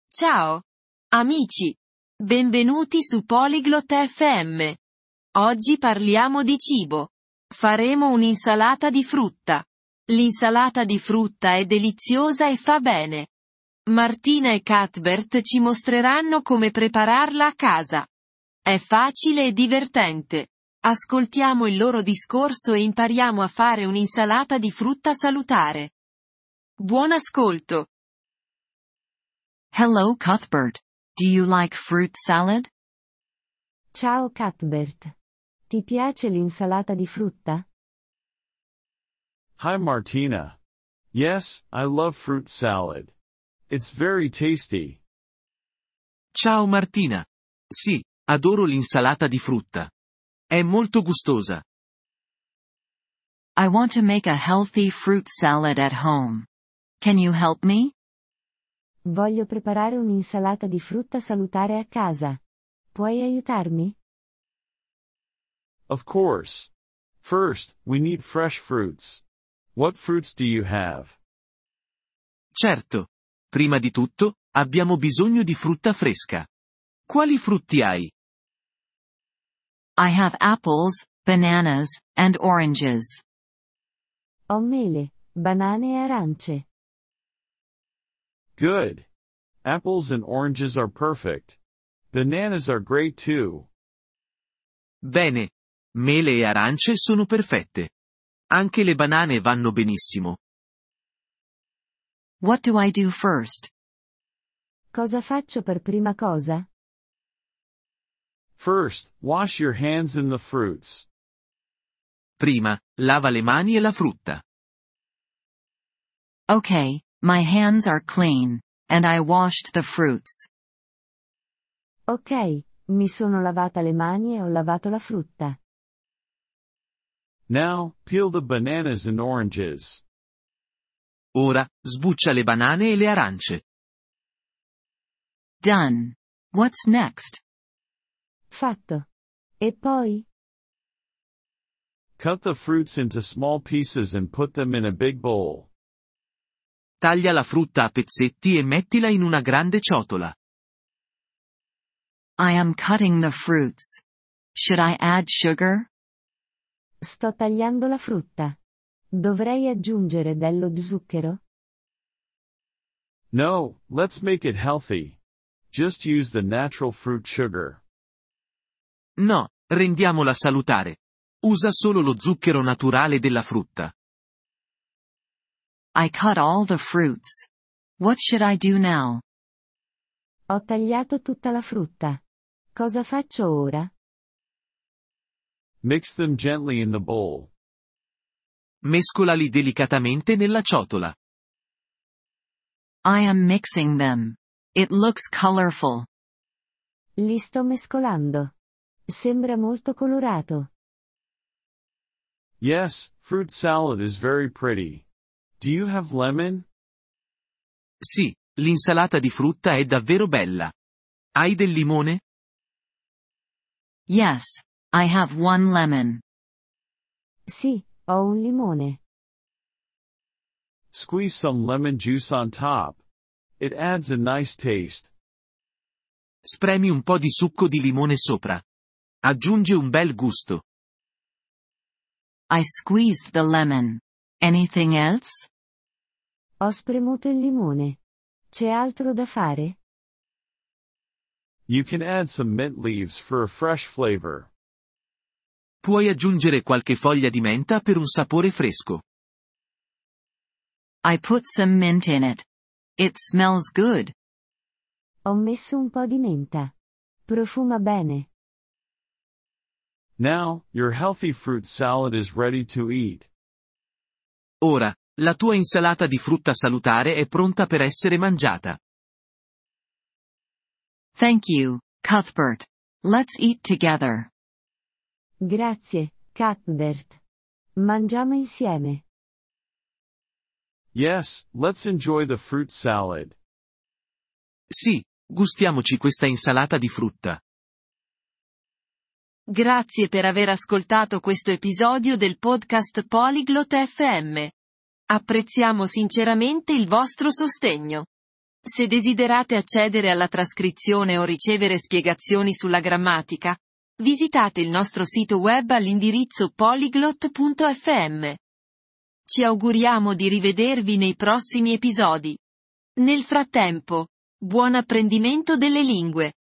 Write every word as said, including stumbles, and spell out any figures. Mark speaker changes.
Speaker 1: Ciao! Amici! Benvenuti su Polyglot F M. Oggi parliamo di cibo. Faremo un'insalata di frutta. L'insalata di frutta è deliziosa e fa bene. Martina e Cuthbert ci mostreranno come prepararla a casa. È facile e divertente. Ascoltiamo il loro discorso e impariamo a fare un'insalata di frutta salutare. Buon ascolto!
Speaker 2: Hello Cuthbert. Do you like fruit salad?
Speaker 3: Ciao Cuthbert. Ti piace l'insalata di frutta?
Speaker 4: Hi Martina. Yes, I love fruit salad. It's very tasty.
Speaker 5: Ciao Martina. Sì, adoro l'insalata di frutta. È molto gustosa.
Speaker 2: I want to make a healthy fruit salad at home. Can you help me?
Speaker 3: Voglio preparare un'insalata di frutta salutare a casa. Puoi aiutarmi?
Speaker 4: Of course. First, we need fresh fruits. What fruits do you have?
Speaker 5: Certo. Prima di tutto, abbiamo bisogno di frutta fresca. Quali frutti hai?
Speaker 2: I have apples, bananas, and oranges.
Speaker 3: Ho mele, banane e arance.
Speaker 4: Good. Apples and oranges are perfect. Bananas are great too.
Speaker 5: Bene. Mele e arance sono perfette. Anche le banane vanno benissimo.
Speaker 2: What do I do first?
Speaker 3: Cosa faccio per prima cosa?
Speaker 4: First, wash your hands in the fruits.
Speaker 5: Prima, lava le mani e la frutta.
Speaker 2: Okay, my hands are clean, and I washed the fruits.
Speaker 3: Ok, mi sono lavata le mani e ho lavato la frutta.
Speaker 4: Now, peel the bananas and oranges.
Speaker 5: Ora, sbuccia le banane e le arance.
Speaker 2: Done. What's next?
Speaker 3: Fatto. E poi?
Speaker 4: Cut the fruits into small pieces and put them in a big bowl.
Speaker 5: Taglia la frutta a pezzetti e mettila in una grande ciotola.
Speaker 2: I am cutting the fruits. Should I add sugar?
Speaker 3: Sto tagliando la frutta. Dovrei aggiungere dello zucchero?
Speaker 4: No, let's make it healthy. Just use the natural fruit sugar.
Speaker 5: No, rendiamola salutare. Usa solo lo zucchero naturale della frutta.
Speaker 2: I cut all the fruits. What should I do now?
Speaker 3: Ho tagliato tutta la frutta. Cosa faccio ora?
Speaker 4: Mix them gently in the bowl.
Speaker 5: Mescolali delicatamente nella ciotola.
Speaker 2: I am mixing them. It looks colorful.
Speaker 3: Li sto mescolando. Sembra molto colorato.
Speaker 4: Yes, fruit salad is very pretty. Do you have lemon?
Speaker 5: Sì, l'insalata di frutta è davvero bella. Hai del limone?
Speaker 2: Yes, I have one lemon.
Speaker 3: Sì, ho un limone.
Speaker 4: Squeeze some lemon juice on top. It adds a nice taste.
Speaker 5: Spremi un po' di succo di limone sopra. Aggiunge un bel gusto.
Speaker 2: I squeezed the lemon. Anything else?
Speaker 3: Ho spremuto il limone. C'è altro da fare?
Speaker 4: You can add some mint leaves for a fresh flavor.
Speaker 5: Puoi aggiungere qualche foglia di menta per un sapore fresco.
Speaker 2: I put some mint in it. It smells good.
Speaker 3: Ho messo un po' di menta. Profuma bene.
Speaker 4: Now, your healthy fruit salad is ready to eat.
Speaker 5: Ora, la tua insalata di frutta salutare è pronta per essere mangiata.
Speaker 2: Thank you, Cuthbert. Let's eat together.
Speaker 3: Grazie, Cuthbert. Mangiamo insieme.
Speaker 4: Yes, let's enjoy the fruit salad.
Speaker 5: Sì, gustiamoci questa insalata di frutta.
Speaker 1: Grazie per aver ascoltato questo episodio del podcast Polyglot F M. Apprezziamo sinceramente il vostro sostegno. Se desiderate accedere alla trascrizione o ricevere spiegazioni sulla grammatica, visitate il nostro sito web all'indirizzo polyglot punto effe emme. Ci auguriamo di rivedervi nei prossimi episodi. Nel frattempo, buon apprendimento delle lingue!